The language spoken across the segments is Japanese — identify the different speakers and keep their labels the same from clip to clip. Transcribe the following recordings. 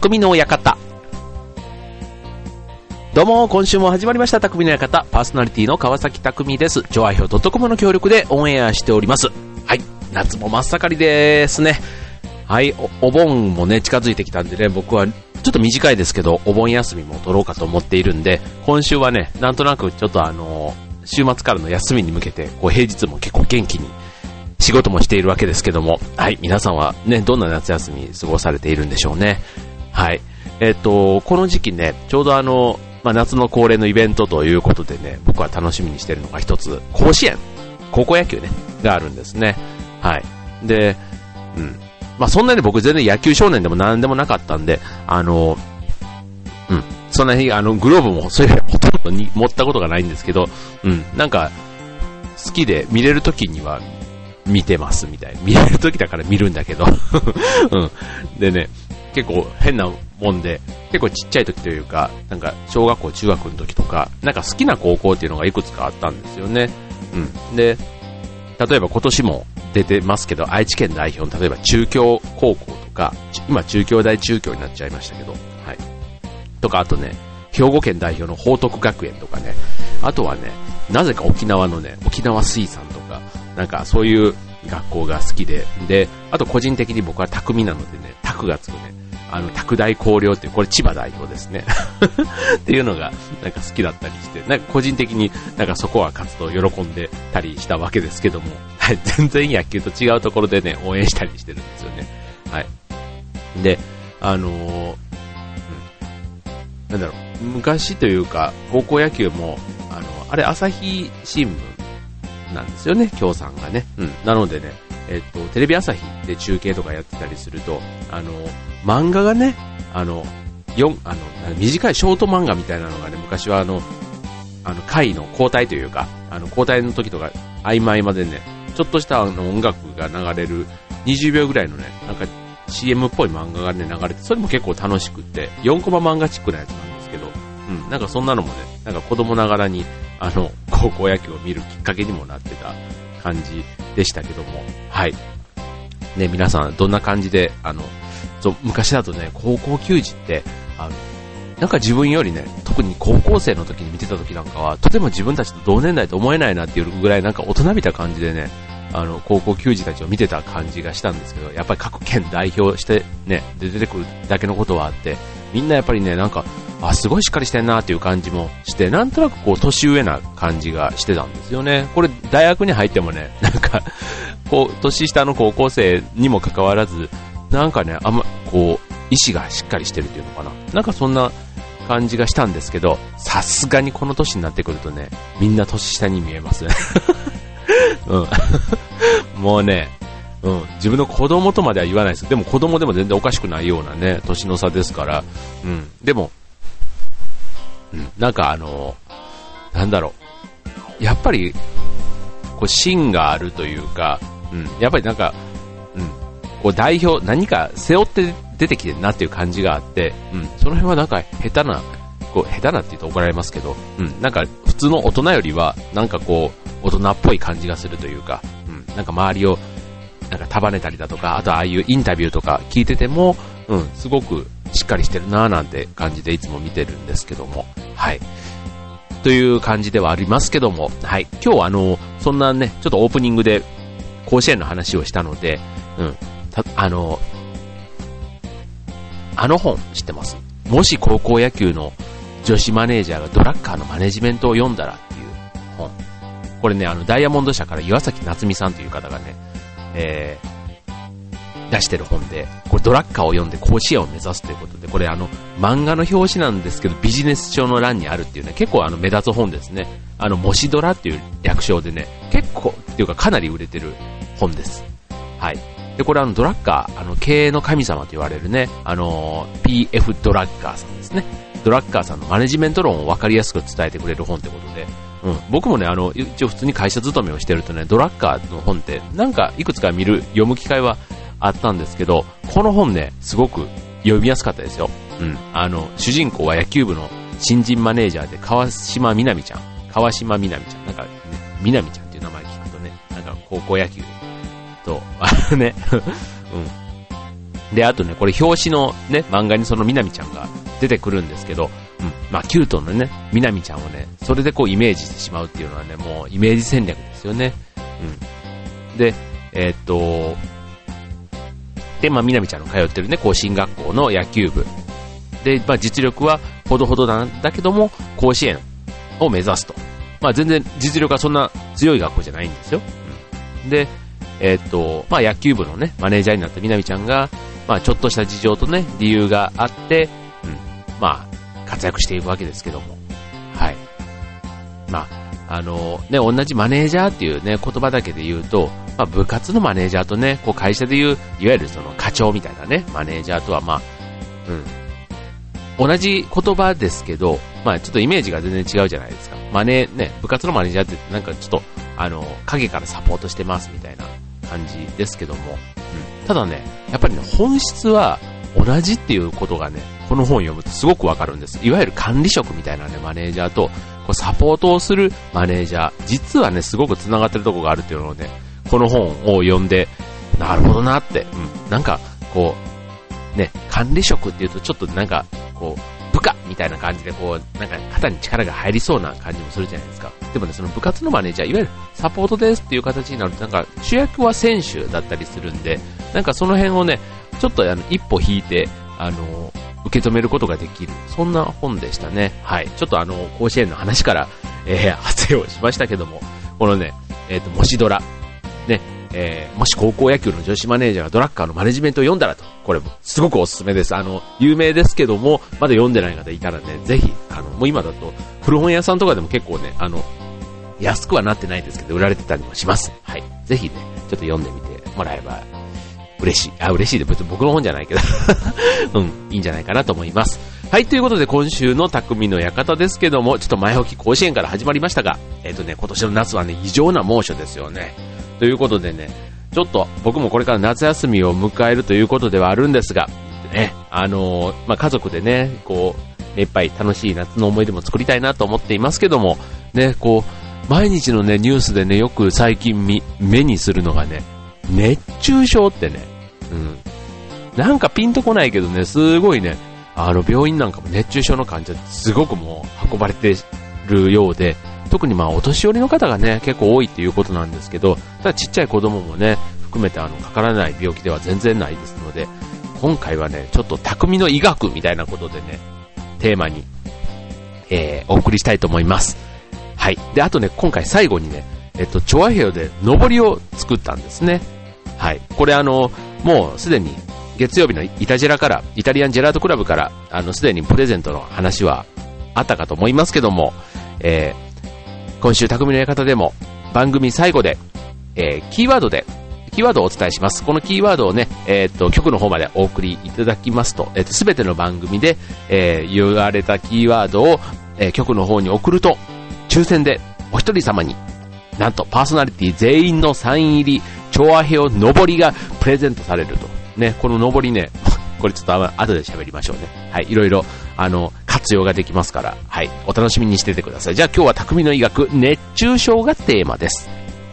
Speaker 1: 匠の館。どうも、今週も始まりました匠の館、パーソナリティの川崎匠です。超愛評.comの協力でオンエアしております。はい、夏も真っ盛りですね。はい、お盆もね近づいてきたんでね、僕はちょっと短いですけどお盆休みも取ろうかと思っているんで、今週はねなんとなくちょっと週末からの休みに向けてこう平日も結構元気に仕事もしているわけですけども、はい、皆さんはねどんな夏休み過ごされているんでしょうね。はい、この時期ねちょうど夏の恒例のイベントということでね、僕は楽しみにしているのが一つ、甲子園、高校野球ね、があるんですね。はい。で、そんなに僕全然野球少年でも何でもなかったんで、そんなにグローブもそれほとんどに持ったことがないんですけど、なんか、好きで見れるときには見てますみたいな。見れるときだから見るんだけど、でね、結構変なもんで、結構ちっちゃい時というか、なんか小学校中学の時とか、なんか好きな高校っていうのがいくつかあったんですよね。で、例えば今年も出てますけど、愛知県代表の例えば中京高校とか、今中京大中京になっちゃいましたけど、はい。とかあとね、兵庫県代表の報徳学園とかね、あとはね、なぜか沖縄のね、沖縄水産とか、なんかそういう学校が好きで、で、あと個人的に僕は匠なのでね、卓がつくね、拓大光陵っていう、これ千葉代表ですね。っていうのが、なんか好きだったりして、なんか個人的になんかそこは活動を喜んでたりしたわけですけども、はい、全然野球と違うところでね、応援したりしてるんですよね。はい。で、なんだろう、昔というか、高校野球も、あれ、朝日新聞なんですよね、京さんがね。なのでね、テレビ朝日で中継とかやってたりすると、漫画がね、短いショート漫画みたいなのがね、昔は回の交代というか、交代の時とか、合間合間でね、ちょっとした音楽が流れる20秒ぐらいのね、なんか CM っぽい漫画がね、流れて、それも結構楽しくって、4コマ漫画チックなやつなんですけど、なんかそんなのもね、なんか子供ながらに、高校野球を見るきっかけにもなってた感じでしたけども、はい。ね、皆さんどんな感じで、昔だとね、高校球児って、なんか自分よりね、特に高校生の時に見てた時なんかは、とても自分たちと同年代と思えないなっていうぐらいなんか大人びた感じでね、高校球児たちを見てた感じがしたんですけど、やっぱり各県代表してね、で出てくるだけのことはあって、みんなやっぱりね、なんか、すごいしっかりしてんなっていう感じもして、なんとなくこう、年上な感じがしてたんですよね。これ、大学に入ってもね、なんか、こう、年下の高校生にもかかわらず、なんかね、こう、意志がしっかりしてるっていうのかな。なんかそんな感じがしたんですけど、さすがにこの年になってくるとね、みんな年下に見えますね。もうね、自分の子供とまでは言わないです。でも子供でも全然おかしくないようなね、年の差ですから、でも、なんかなんだろう、やっぱり、こう、芯があるというか、やっぱりなんか、こう代表、何か背負って出てきてるなっていう感じがあって、その辺はなんか下手なって言うと怒られますけど、なんか普通の大人よりは、なんかこう、大人っぽい感じがするというか、なんか周りを、なんか束ねたりだとか、あとああいうインタビューとか聞いてても、すごくしっかりしてるなぁなんて感じでいつも見てるんですけども、はい。という感じではありますけども、はい。今日そんなね、ちょっとオープニングで甲子園の話をしたので、本知ってます？もし高校野球の女子マネージャーがドラッカーのマネジメントを読んだらっていう本。これね、ダイヤモンド社から岩崎夏美さんという方がね、出してる本で、これドラッカーを読んで甲子園を目指すということで、これ漫画の表紙なんですけど、ビジネス書の欄にあるっていうね、結構目立つ本ですね。もしドラっていう略称でね、結構っていうかかなり売れてる本です。はい。で、これドラッカー、経営の神様と言われるね、PF ドラッカーさんですね。ドラッカーさんのマネジメント論を分かりやすく伝えてくれる本ってことで、僕もね、一応普通に会社勤めをしてるとね、ドラッカーの本って、なんかいくつか読む機会はあったんですけど、この本ね、すごく読みやすかったですよ。主人公は野球部の新人マネージャーで、川島みなみちゃん。なんかね、みなみちゃんっていう名前聞くとね、なんか高校野球と、ね、 で、あとね、これ表紙のね、漫画にそのみなみちゃんが出てくるんですけど、まあ、キュートのね、みなみちゃんをね、それでこうイメージしてしまうっていうのはね、もうイメージ戦略ですよね。で、で、まあ、みなみちゃんの通ってるね、こう、進学校の野球部。で、まあ、実力はほどほどなんだけども、甲子園を目指すと。まあ、全然実力はそんな強い学校じゃないんですよ。で、まあ、野球部のね、マネージャーになったみなみちゃんが、まあ、ちょっとした事情とね、理由があって、まあ、活躍していくわけですけども。はい。まあ、ね、同じマネージャーっていうね、言葉だけで言うと、まあ、部活のマネージャーとね、こう会社でいう、いわゆるその課長みたいなね、マネージャーとはまあ、同じ言葉ですけど、まあちょっとイメージが全然違うじゃないですか。部活のマネージャーってなんかちょっと、影からサポートしてますみたいな感じですけども、ただね、やっぱりね、本質は同じっていうことがね、この本を読むとすごくわかるんです。いわゆる管理職みたいなね、マネージャーと、こうサポートをするマネージャー、実はね、すごく繋がってるところがあるっていうのをね、この本を読んで、なるほどなって、なんか、こう、ね、管理職っていうとちょっとなんか、こう、部下みたいな感じで、こう、なんか肩に力が入りそうな感じもするじゃないですか。でもね、その部活のマネージャー、いわゆるサポートですっていう形になると、なんか主役は選手だったりするんで、なんかその辺をね、ちょっと一歩引いて、受け止めることができる。そんな本でしたね。はい。ちょっと甲子園の話から、発生をしましたけども、このね、もしドラ。ね、もし高校野球の女子マネージャーがドラッカーのマネジメントを読んだらと、これすごくおすすめです。有名ですけども、まだ読んでない方いたらね、ぜひ、もう今だと、古本屋さんとかでも結構ね、安くはなってないですけど、売られてたりもします。はい。ぜひね、ちょっと読んでみてもらえば、嬉しい。嬉しいで、別に僕の本じゃないけど、いいんじゃないかなと思います。はい、ということで今週の匠の館ですけども、ちょっと前置き甲子園から始まりましたが、今年の夏はね、異常な猛暑ですよね。ということでね、ちょっと僕もこれから夏休みを迎えるということではあるんですが、ね、まあ、家族でね、こう、いっぱい楽しい夏の思い出も作りたいなと思っていますけども、ね、こう、毎日のね、ニュースでね、よく最近目にするのがね、熱中症ってね、なんかピンとこないけどね、すごいね、病院なんかも熱中症の患者すごくもう運ばれてるようで、特にまあお年寄りの方がね結構多いっていうことなんですけど、ただちっちゃい子供もね含めてかからない病気では全然ないですので、今回はねちょっと匠の医学みたいなことでねテーマに、お送りしたいと思います。はい。で、あとね今回最後にねチョアヘヨで上りを作ったんですね。はい。これもうすでに月曜日のイタジェラから、イタリアンジェラートクラブから、すでにプレゼントの話はあったかと思いますけども、今週匠の館でも番組最後で、キーワードをお伝えします。このキーワードをね、局の方までお送りいただきますと、すべての番組で、言われたキーワードを、局の方に送ると、抽選でお一人様に、なんとパーソナリティ全員のサイン入り、チョアヘヨ上りがプレゼントされると。ね、この上りね、これちょっと後で喋りましょうね。はい、いろいろ、活用ができますから、はい、お楽しみにしててください。じゃあ今日は匠の医学、熱中症がテーマです。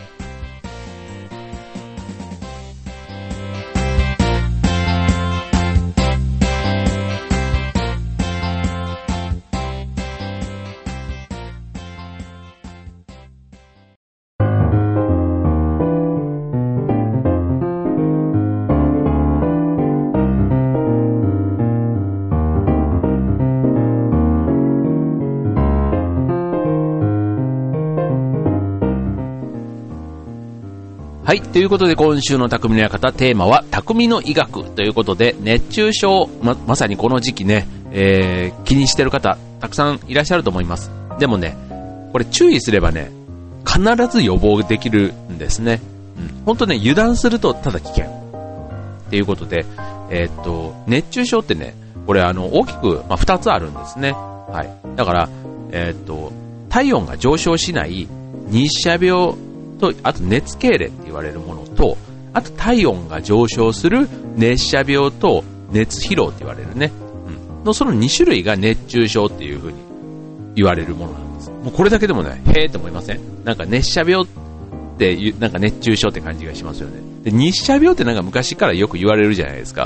Speaker 1: はい。ということで今週の匠の館テーマは匠の医学ということで、熱中症、まさにこの時期ね、気にしてる方たくさんいらっしゃると思います。でもね、これ注意すればね、必ず予防できるんですね。本当ね、油断するとただ危険。っていうことで、熱中症ってね、これ大きく、2つあるんですね。はい。だから、体温が上昇しない日射病と、あと熱痙攣って言われるものと、あと体温が上昇する熱射病と熱疲労って言われるね。のその2種類が熱中症っていう風に言われるものなんです。もうこれだけでもね、へーって思いません？なんか熱射病ってなんか熱中症って感じがしますよね。で、日射病ってなんか昔からよく言われるじゃないですか。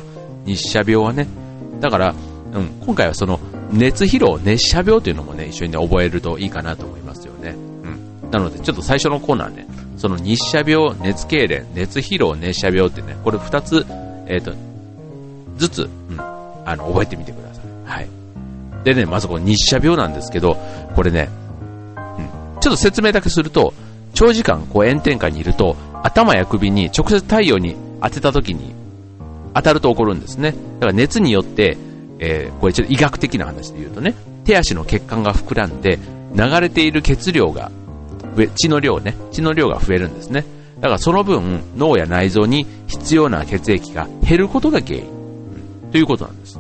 Speaker 1: 日射病はね。だから、今回はその熱疲労、熱射病というのもね、一緒にね、覚えるといいかなと思いますよね。なので、ちょっと最初のコーナーね、その日射病、熱痙攣、熱疲労、熱射病ってね、これ2つ、ずつ、覚えてみてください。はい。でね、まずこの日射病なんですけど、これね、ちょっと説明だけすると、長時間こう炎天下にいると、頭や首に直接太陽に当てた時に当たると起こるんですね。だから熱によって、これちょっと医学的な話で言うとね、手足の血管が膨らんで、流れている血量が血の量が増えるんですね。だからその分、脳や内臓に必要な血液が減ることが原因、ということなんです。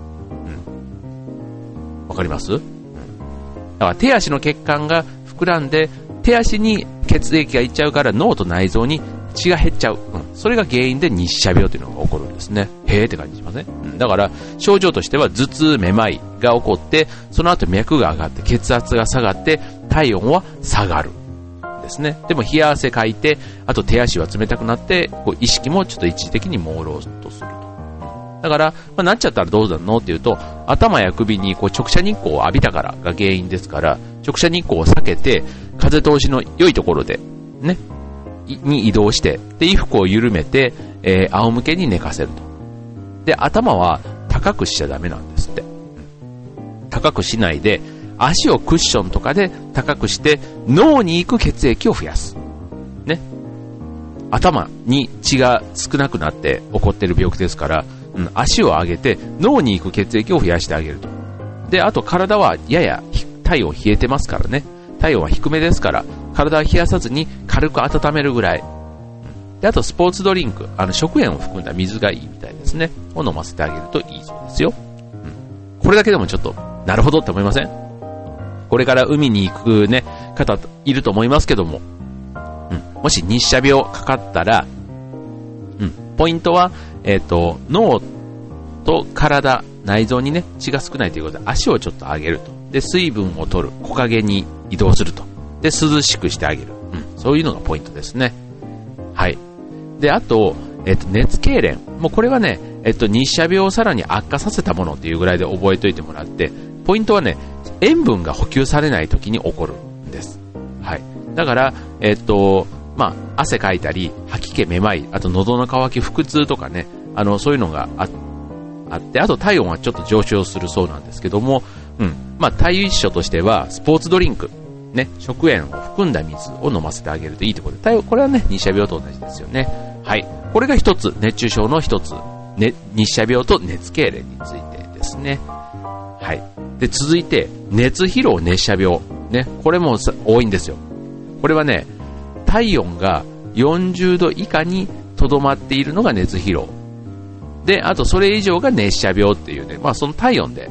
Speaker 1: わかります？だから手足の血管が膨らんで、手足に血液がいっちゃうから脳と内臓に血が減っちゃう。それが原因で日射病というのが起こるんですね。へーって感じしません？だから症状としては頭痛、めまいが起こって、その後脈が上がって血圧が下がって体温は下がるですね。でも冷や汗かいて、あと手足は冷たくなって、こう意識もちょっと一時的に朦朧とすると。だから、なっちゃったらどうなのっていうと、頭や首にこう直射日光を浴びたからが原因ですから、直射日光を避けて風通しの良いところでねに移動して、で衣服を緩めて、仰向けに寝かせると。で、頭は高くしちゃダメなんですって。高くしないで、足をクッションとかで高くして脳に行く血液を増やす。ね。頭に血が少なくなって起こっている病気ですから、足を上げて脳に行く血液を増やしてあげると。で、あと体はやや体温冷えてますからね。体温は低めですから、体は冷やさずに軽く温めるぐらい。で、あとスポーツドリンク、食塩を含んだ水がいいみたいですね。を飲ませてあげるといいそうですよ。これだけでもちょっと、なるほどって思いません？これから海に行くね、方いると思いますけども、もし日射病かかったら、ポイントは、脳と体、内臓にね、血が少ないということで、足をちょっと上げると。で、水分を取る。木陰に移動すると。で、涼しくしてあげる。そういうのがポイントですね。はい。で、あと、熱痙攣。もうこれはね、日射病をさらに悪化させたものっていうぐらいで覚えておいてもらって、ポイントはね、塩分が補給されない時に起こるんです。はい。だから、汗かいたり、吐き気、めまい、あと喉の渇き、腹痛とかね、そういうのがあって、あと体温はちょっと上昇するそうなんですけども、対処としては、スポーツドリンク、ね、食塩を含んだ水を飲ませてあげるといいところで、これはね、日射病と同じですよね。はい。これが一つ、熱中症の一つ、ね、日射病と熱痙攣についてですね。はい。で、続いて、熱疲労、熱射病。ね、これも多いんですよ。これはね、体温が40度以下にとどまっているのが熱疲労。で、あとそれ以上が熱射病っていうね、その体温で、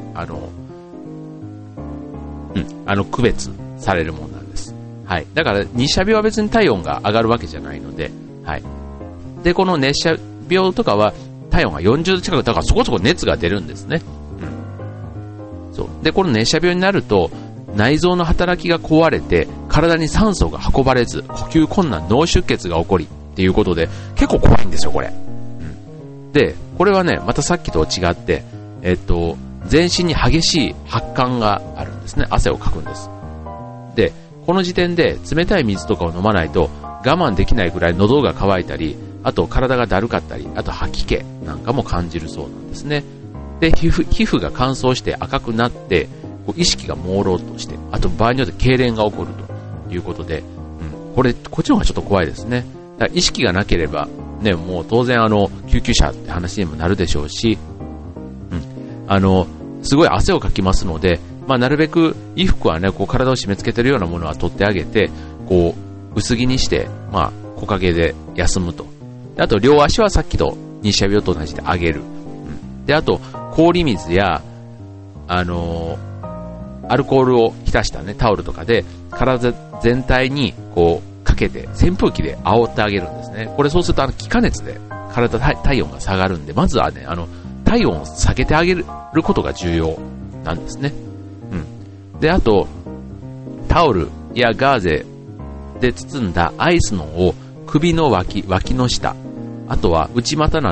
Speaker 1: 区別されるものなんです。はい。だから、日射病は別に体温が上がるわけじゃないので、はい。で、この熱射病とかは、体温が40度近く、だからそこそこ熱が出るんですね。そう。で、この熱射病になると、内臓の働きが壊れて、体に酸素が運ばれず、呼吸困難、脳出血が起こり、っていうことで、結構怖いんですよ、これ。で、これはね、またさっきと違って、全身に激しい発汗があるんですね。汗をかくんです。で、この時点で冷たい水とかを飲まないと我慢できないぐらい喉が渇いたり、あと体がだるかったり、あと吐き気なんかも感じるそうなんですね。で、皮膚が乾燥して赤くなって、こう意識が朦朧として、あと場合によって痙攣が起こるということで、こっちの方がちょっと怖いですね。だから意識がなければ、ね、もう当然救急車って話にもなるでしょうし、すごい汗をかきますので、なるべく衣服はね、こう体を締め付けてるようなものは取ってあげて、こう薄着にして、木陰で休むと。で、あと両足はさっきと日射病と同じで上げる。で、あと氷水やアルコールを浸したねタオルとかで体全体にこうかけて扇風機で煽ってあげるんですね。これそうすると気化熱で体温が下がるんで、まずはね体温を下げてあげることが重要なんですね。で、あとタオルやガーゼで包んだアイスのを首の脇の下、あとは内股など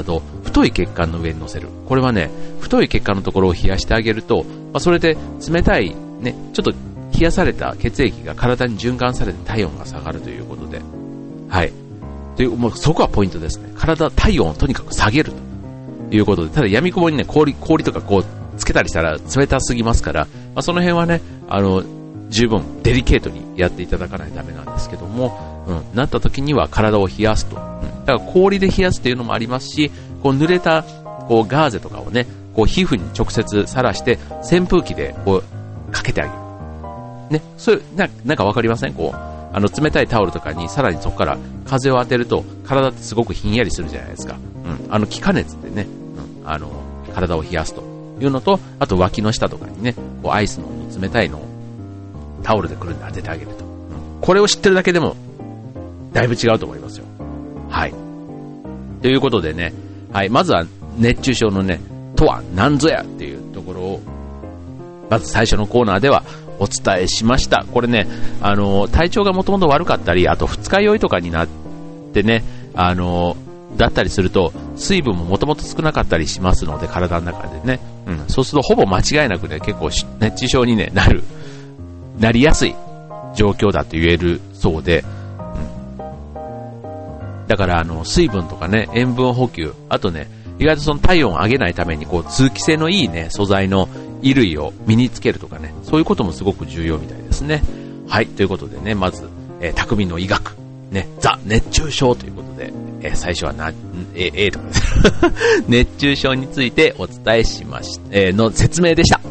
Speaker 1: 太い血管の上に乗せる。これはね、太い血管のところを冷やしてあげると、それで冷たい、ね、ちょっと冷やされた血液が体に循環されて体温が下がるということで、はい。もうそこはポイントですね。体温をとにかく下げるということで、ただ闇雲にね、氷とかこう、つけたりしたら冷たすぎますから、その辺はね、十分デリケートにやっていただかないとダメなんですけども、なった時には体を冷やすと。だから氷で冷やすっていうのもありますし、こう濡れたこうガーゼとかをね、こう皮膚に直接さらして扇風機でこうかけてあげる。ね、それなんかわかりません？こう冷たいタオルとかにさらにそこから風を当てると体ってすごくひんやりするじゃないですか。気化熱でね、体を冷やすというのと、あと脇の下とかにね、こうアイスの冷たいのをタオルでくるんで当ててあげると。これを知ってるだけでもだいぶ違うと思いますよ。はい。ということでね、はい、まずは熱中症のね、とは何ぞやっていうところを、まず最初のコーナーではお伝えしました。これね、体調がもともと悪かったり、あと二日酔いとかになってね、だったりすると、水分ももともと少なかったりしますので、体の中でね。そうするとほぼ間違いなくね、結構熱中症に、ね、なりやすい状況だと言えるそうで、だから水分とかね、塩分補給、あとね、意外とその体温を上げないためにこう通気性のいいね、素材の衣類を身につけるとかね、そういうこともすごく重要みたいですね。はい、ということでね、まず、匠の医学、ね、ザ・熱中症ということで、最初はとかです熱中症についてお伝えしました、の説明でした。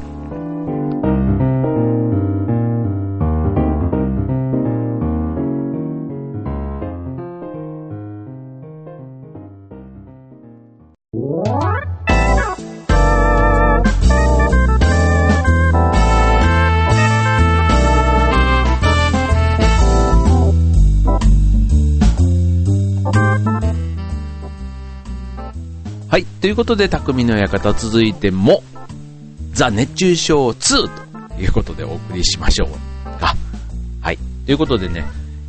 Speaker 1: はい。ということで、匠の館続いても、ザ・熱中症2ということでお送りしましょうか。はい。ということでね、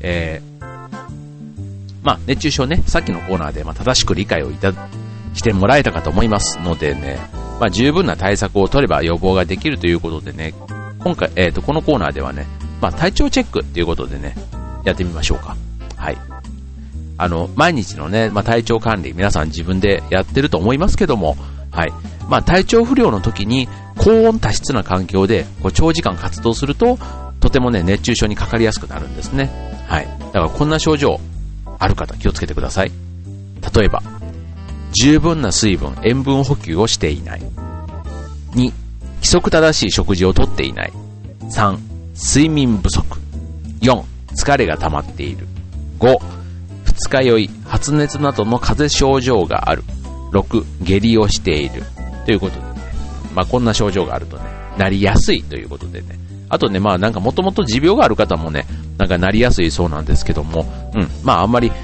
Speaker 1: 熱中症ね、さっきのコーナーで正しく理解をしてもらえたかと思いますのでね、十分な対策を取れば予防ができるということでね、今回、このコーナーではね、体調チェックということでね、やってみましょうか。はい。毎日のね、体調管理、皆さん自分でやってると思いますけども、はい。体調不良の時に、高温多湿な環境で、長時間活動すると、とてもね、熱中症にかかりやすくなるんですね。はい。だからこんな症状、ある方気をつけてください。例えば、十分な水分、塩分補給をしていない。2、規則正しい食事をとっていない。3、睡眠不足。4、疲れが溜まっている。5、二日酔い、発熱などの風邪症状がある。6、下痢をしている。ということでね。こんな症状があるとね、なりやすいということでね。あとね、なんかもともと持病がある方もね、なんかなりやすいそうなんですけども、あんまり、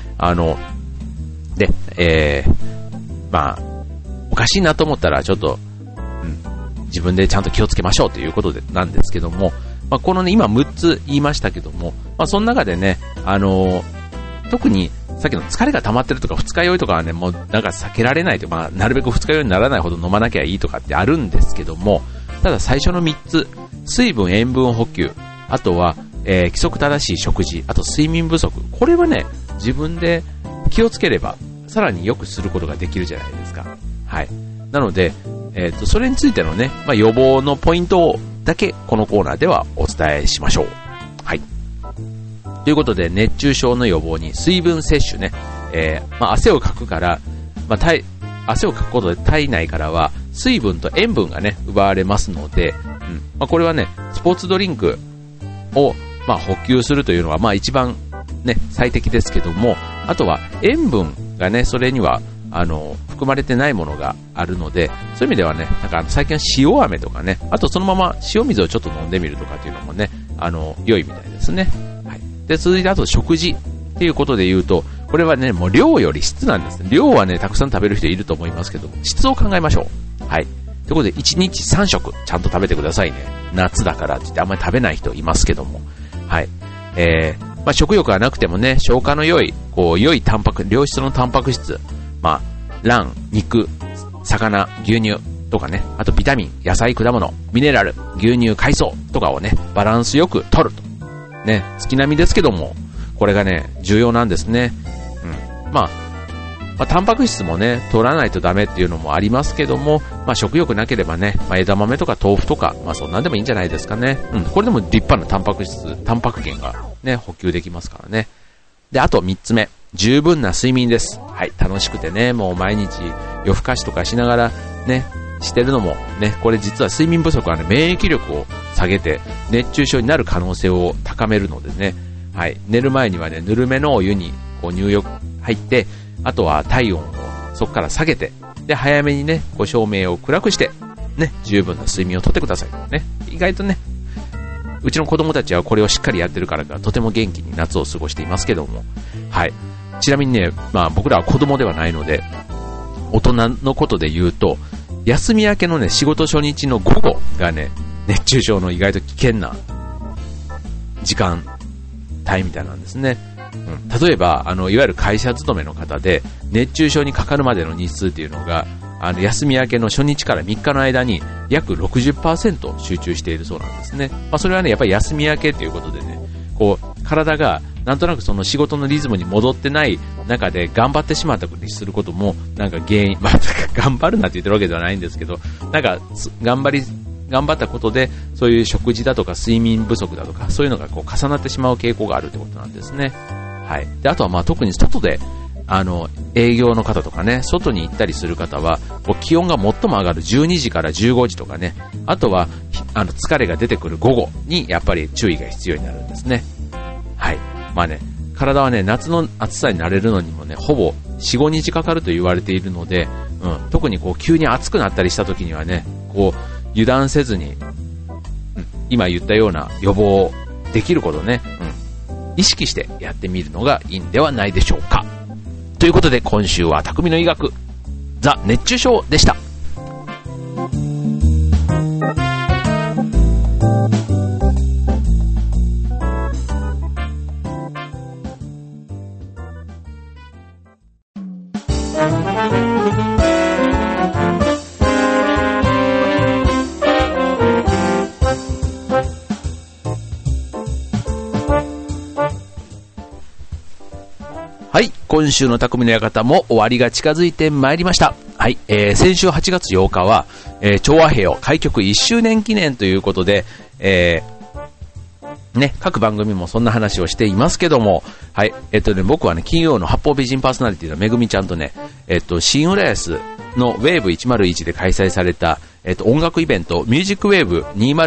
Speaker 1: おかしいなと思ったらちょっと、自分でちゃんと気をつけましょうということでなんですけども、このね、今6つ言いましたけども、その中でね、特にさっきの疲れが溜まってるとか二日酔いとかはね、もうなんか避けられないと、なるべく二日酔いにならないほど飲まなきゃいいとかってあるんですけども、ただ最初の3つ、水分、塩分補給、あとは、規則正しい食事、あと睡眠不足、これはね、自分で気をつければさらに良くすることができるじゃないですか。はい。なので、それについてのね、予防のポイントだけこのコーナーではお伝えしましょう。はい。ということで、熱中症の予防に水分摂取ね、汗をかくから、汗をかくことで体内からは水分と塩分がね、奪われますので、これはね、スポーツドリンクを、補給するというのは、一番ね、最適ですけども、あとは塩分がね、それには、含まれてないものがあるので、そういう意味ではね、なんか最近は塩飴とかね、あとそのまま塩水をちょっと飲んでみるとかっていうのもね、良いみたいですね。はい。で、続いてあと食事っていうことで言うと、これはね、もう量より質なんですね。量はね、たくさん食べる人いると思いますけど、質を考えましょう。はい。ということで、1日3食ちゃんと食べてくださいね。夏だからって言ってあんまり食べない人いますけども。はい。食欲がなくてもね、消化の良い、良い良質のタンパク質、 卵、肉、魚、牛乳とかね、あとビタミン、野菜、果物、ミネラル、牛乳、海藻とかをね、バランスよく取ると。ね、月並みですけども、これがね、重要なんですね。まあ、タンパク質もね、取らないとダメっていうのもありますけども、食欲なければね、枝豆とか豆腐とか、そんなんでもいいんじゃないですかね。これでも立派なタンパク源がね、補給できますからね。で、あと3つ目、十分な睡眠です。はい、楽しくてね、もう毎日夜更かしとかしながらね、してるのもね、これ実は睡眠不足はね、免疫力を下げて熱中症になる可能性を高めるのでね、はい、寝る前にはね、ぬるめのお湯にこう入浴入って、あとは体温をそこから下げて、で、早めにね、こう照明を暗くして、ね、十分な睡眠をとってください。ね、意外とね、うちの子供たちはこれをしっかりやってるからか、とても元気に夏を過ごしていますけども、はい。ちなみにね、僕らは子供ではないので、大人のことで言うと、休み明けのね、仕事初日の午後がね、熱中症の意外と危険な時間帯みたいなんですね。例えば、いわゆる会社勤めの方で、熱中症にかかるまでの日数っていうのが、休み明けの初日から3日の間に約 60% 集中しているそうなんですね。それはね、やっぱり休み明けということでね、こう、体がなんとなくその仕事のリズムに戻ってない中で頑張ってしまったことにすることも、なんか原因、頑張るなって言ってるわけではないんですけど、なんか、頑張ったことで、そういう食事だとか睡眠不足だとか、そういうのがこう重なってしまう傾向があるってことなんですね。はい。で、あとは特に外で、営業の方とかね、外に行ったりする方は、こう気温が最も上がる12時から15時とかね、あとは、疲れが出てくる午後に、やっぱり注意が必要になるんですね。はい。体はね、夏の暑さに慣れるのにもね、ほぼ4、5日かかると言われているので、特にこう急に暑くなったりした時にはね、こう、油断せずに、今言ったような予防できることね、意識してやってみるのがいいんではないでしょうか。ということで今週は匠の医学ザ熱中症でした。はい、今週の匠の館も終わりが近づいてまいりました。はい、先週8月8日は、調和平和開局1周年記念ということで、各番組もそんな話をしていますけども、はい、僕はね、金曜の八方美人パーソナリティのめぐみちゃんとね、新浦安のウェーブ101で開催された、音楽イベント、ミュージックウェーブ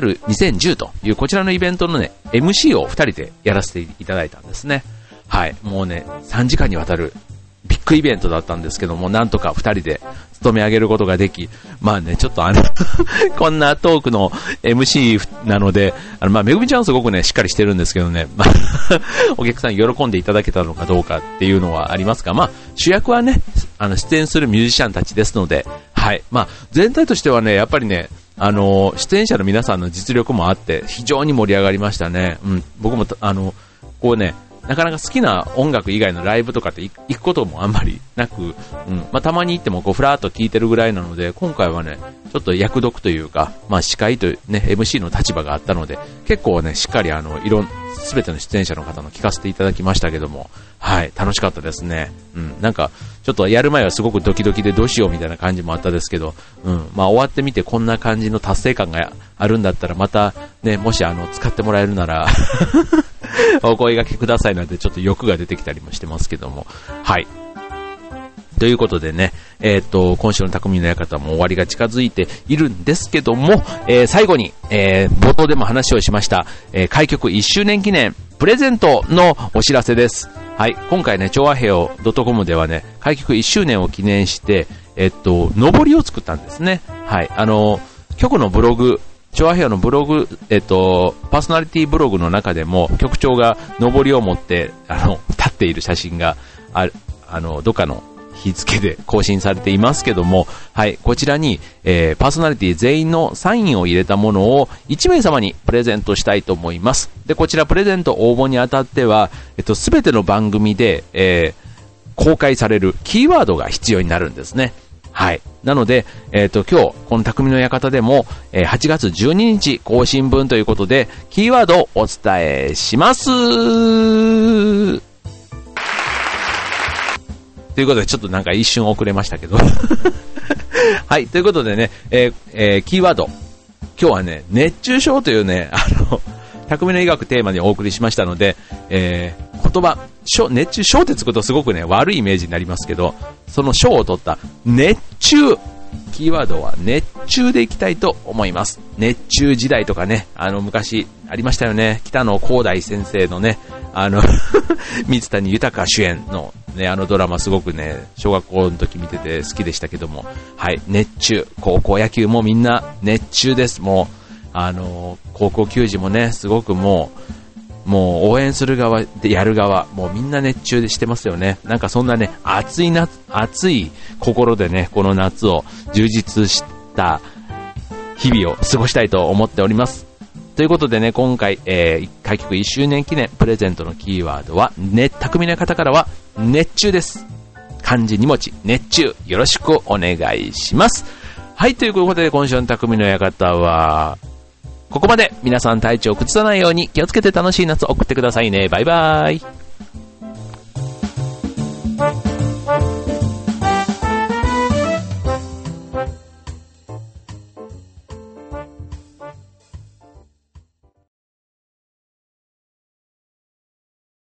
Speaker 1: 2010というこちらのイベントのね、MC を2人でやらせていただいたんですね。はい、もうね、3時間にわたるビッグイベントだったんですけども、なんとか2人で務め上げることができ、ちょっとこんなトークの MC なので、めぐみちゃんはすごくね、しっかりしてるんですけどね、お客さん喜んでいただけたのかどうかっていうのはありますが、主役はね、出演するミュージシャンたちですので、はい、全体としてはね、やっぱりね、出演者の皆さんの実力もあって、非常に盛り上がりましたね。僕も、こうね、なかなか好きな音楽以外のライブとかって行くこともあんまりなく、たまに行ってもこうふらーっと聞いてるぐらいなので、今回はね、ちょっと役読というか、司会というね、MC の立場があったので、結構ね、しっかりすべての出演者の方の聞かせていただきましたけども、はい、楽しかったですね。なんか、ちょっとやる前はすごくドキドキでどうしようみたいな感じもあったですけど、終わってみてこんな感じの達成感があるんだったら、またね、もし使ってもらえるなら、お声掛けくださいなんてちょっと欲が出てきたりもしてますけども、はい。ということでね、今週の匠の館も終わりが近づいているんですけども、最後に、冒頭でも話をしました、開局1周年記念プレゼントのお知らせです。はい、今回ね、調和平和 .com ではね、開局1周年を記念して、上りを作ったんですね。はい、局のブログ、調和平和のブログ、パーソナリティブログの中でも、局長が上りを持って、立っている写真がどっかの日付で更新されていますけども、はい、こちらに、パーソナリティ全員のサインを入れたものを1名様にプレゼントしたいと思います。で、こちらプレゼント応募にあたっては、すべての番組で、 公開されるキーワードが必要になるんですね。はい。なので、今日、この匠の館でも、8月12日更新分ということで、キーワードをお伝えします。ということで、ちょっとなんか一瞬遅れましたけど。はい。ということでね、キーワード。今日はね、熱中症というね、匠の医学テーマにお送りしましたので、言葉、熱中症ってつくとすごくね、悪いイメージになりますけど、その症を取った熱中。キーワードは熱中でいきたいと思います。熱中時代とかね、昔ありましたよね。北野広大先生のね、水谷豊主演のね、ドラマすごくね、小学校の時見てて好きでしたけども、はい、熱中。高校野球もみんな熱中です。もう、高校球児もね、すごくもう応援する側でやる側、もうみんな熱中でしてますよね。なんかそんなね、熱い心でね、この夏を充実した日々を過ごしたいと思っております。ということでね、今回、開局1周年記念プレゼントのキーワードは、匠の方からは、熱中です。漢字2文字、熱中。よろしくお願いします。はい、ということで今週の匠の館は、ここまで。皆さん体調を崩さないように気をつけて楽しい夏を送ってくださいね。バイバーイ。